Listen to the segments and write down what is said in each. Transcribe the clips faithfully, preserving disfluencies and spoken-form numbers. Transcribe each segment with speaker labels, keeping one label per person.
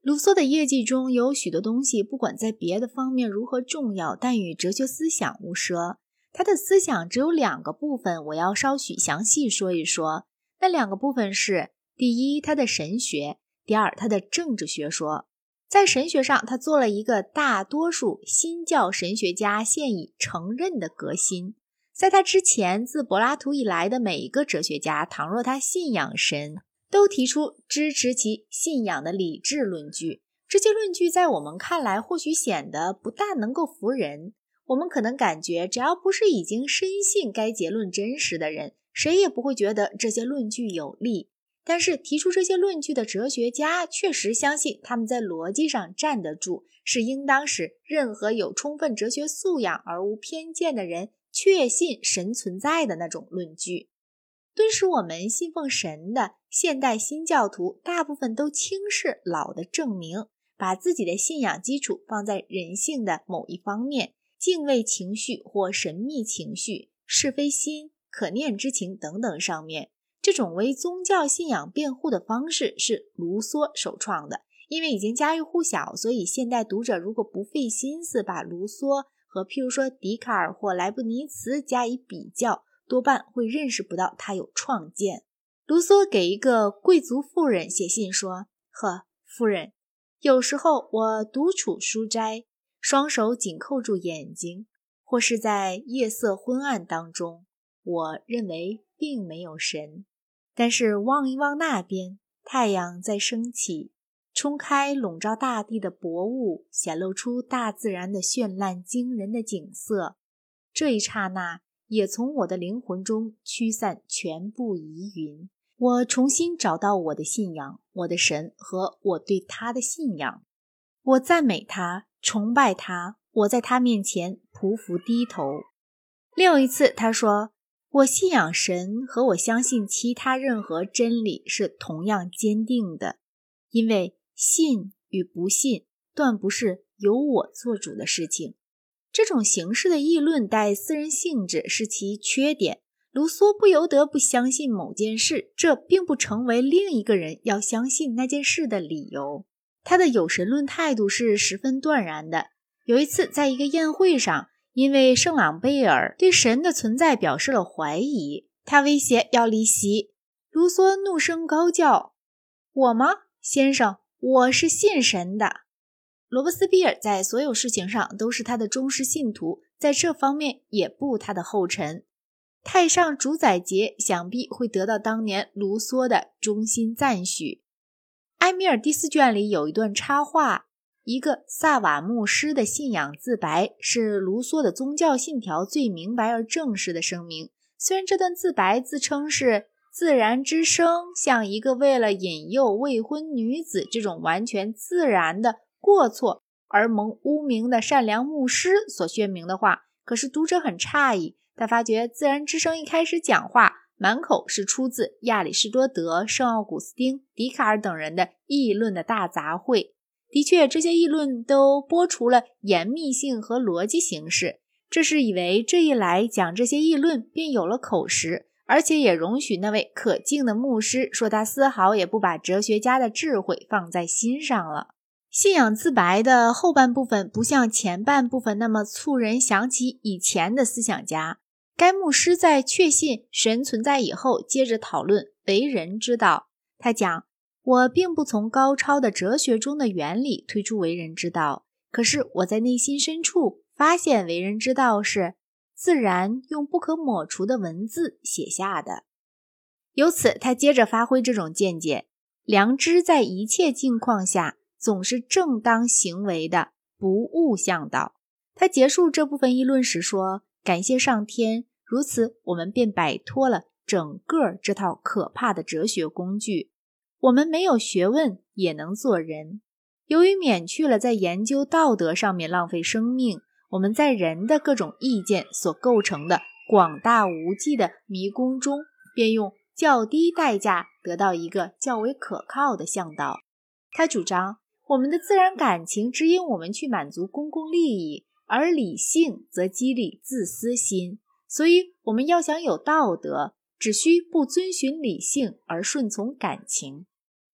Speaker 1: 卢梭的业绩中有许多东西，不管在别的方面如何重要，但与哲学思想无涉。他的思想只有两个部分，我要稍许详细说一说。那两个部分是：第一，他的神学；第二，他的政治学说。在神学上，他做了一个大多数新教神学家现已承认的革新。在他之前，自柏拉图以来的每一个哲学家，倘若他信仰神，都提出支持其信仰的理智论据。这些论据在我们看来或许显得不大能够服人，我们可能感觉只要不是已经深信该结论真实的人，谁也不会觉得这些论据有力。但是提出这些论据的哲学家确实相信他们在逻辑上站得住，是应当使任何有充分哲学素养而无偏见的人确信神存在的那种论据。敦使我们信奉神的现代新教徒大部分都轻视老的证明，把自己的信仰基础放在人性的某一方面，敬畏情绪或神秘情绪、是非心、可念之情等等上面。这种为宗教信仰辩护的方式是卢梭首创的，因为已经家喻户晓，所以现代读者如果不费心思把卢梭和譬如说笛卡尔或莱布尼茨加以比较，多半会认识不到他有创建。卢梭给一个贵族妇人写信说：呵，夫人，有时候我独处书斋，双手紧扣住眼睛，或是在夜色昏暗当中，我认为并没有神。但是望一望那边，太阳在升起，冲开笼罩大地的薄雾，显露出大自然的绚烂惊人的景色。这一刹那也从我的灵魂中驱散全部疑云，我重新找到我的信仰，我的神和我对他的信仰。我赞美他，崇拜他，我在他面前匍匐低头。另有一次他说，我信仰神和我相信其他任何真理是同样坚定的，因为信与不信断不是由我做主的事情。这种形式的议论带私人性质是其缺点。卢梭不由得不相信某件事，这并不成为另一个人要相信那件事的理由。他的有神论态度是十分断然的。有一次在一个宴会上，因为圣朗贝尔对神的存在表示了怀疑，他威胁要离席。卢梭怒声高叫：我吗，先生，我是信神的。罗伯斯庇尔在所有事情上都是他的忠实信徒，在这方面也步他的后尘。太上主宰节想必会得到当年卢梭的衷心赞许。埃米尔第四卷里有一段插画，一个萨瓦牧师的信仰自白，是卢梭的宗教信条最明白而正式的声明。虽然这段自白自称是自然之声，像一个为了引诱未婚女子这种完全自然的过错而蒙污名的善良牧师所宣明的话，可是读者很诧异，他发觉自然之声一开始讲话满口是出自亚里士多德、圣奥古斯丁、笛卡尔等人的议论的大杂烩。的确，这些议论都剥除了严密性和逻辑形式，这是以为这一来讲这些议论便有了口实，而且也容许那位可敬的牧师说他丝毫也不把哲学家的智慧放在心上了。信仰自白的后半部分不像前半部分那么促人想起以前的思想家。该牧师在确信神存在以后，接着讨论为人之道。他讲，我并不从高超的哲学中的原理推出为人之道，可是我在内心深处发现为人之道是自然用不可抹除的文字写下的。由此他接着发挥这种见解，良知在一切境况下总是正当行为的，不误向导。他结束这部分议论时说，感谢上天，如此我们便摆脱了整个这套可怕的哲学工具。我们没有学问也能做人。由于免去了在研究道德上面浪费生命，我们在人的各种意见所构成的广大无际的迷宫中，便用较低代价得到一个较为可靠的向导。他主张，我们的自然感情指引我们去满足公共利益，而理性则激励自私心。所以我们要想有道德，只需不遵循理性而顺从感情。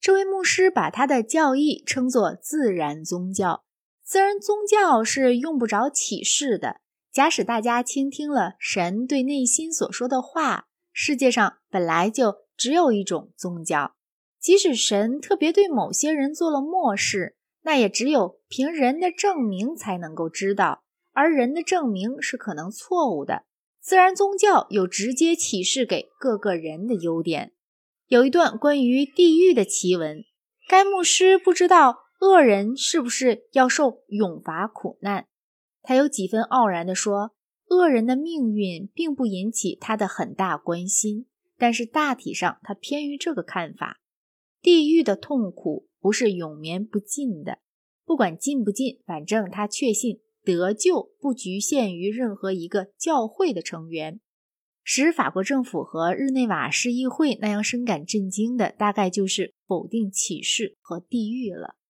Speaker 1: 这位牧师把他的教义称作自然宗教。自然宗教是用不着启示的，假使大家倾听了神对内心所说的话，世界上本来就只有一种宗教。即使神特别对某些人做了漠视，那也只有凭人的证明才能够知道，而人的证明是可能错误的。自然宗教有直接启示给各个人的优点。有一段关于地狱的奇闻，该牧师不知道恶人是不是要受永罚苦难。他有几分傲然地说，恶人的命运并不引起他的很大关心，但是大体上他偏于这个看法。地狱的痛苦不是永绵不尽的，不管尽不尽，反正他确信得救不局限于任何一个教会的成员。使法国政府和日内瓦市议会那样深感震惊的，大概就是否定启示和地狱了。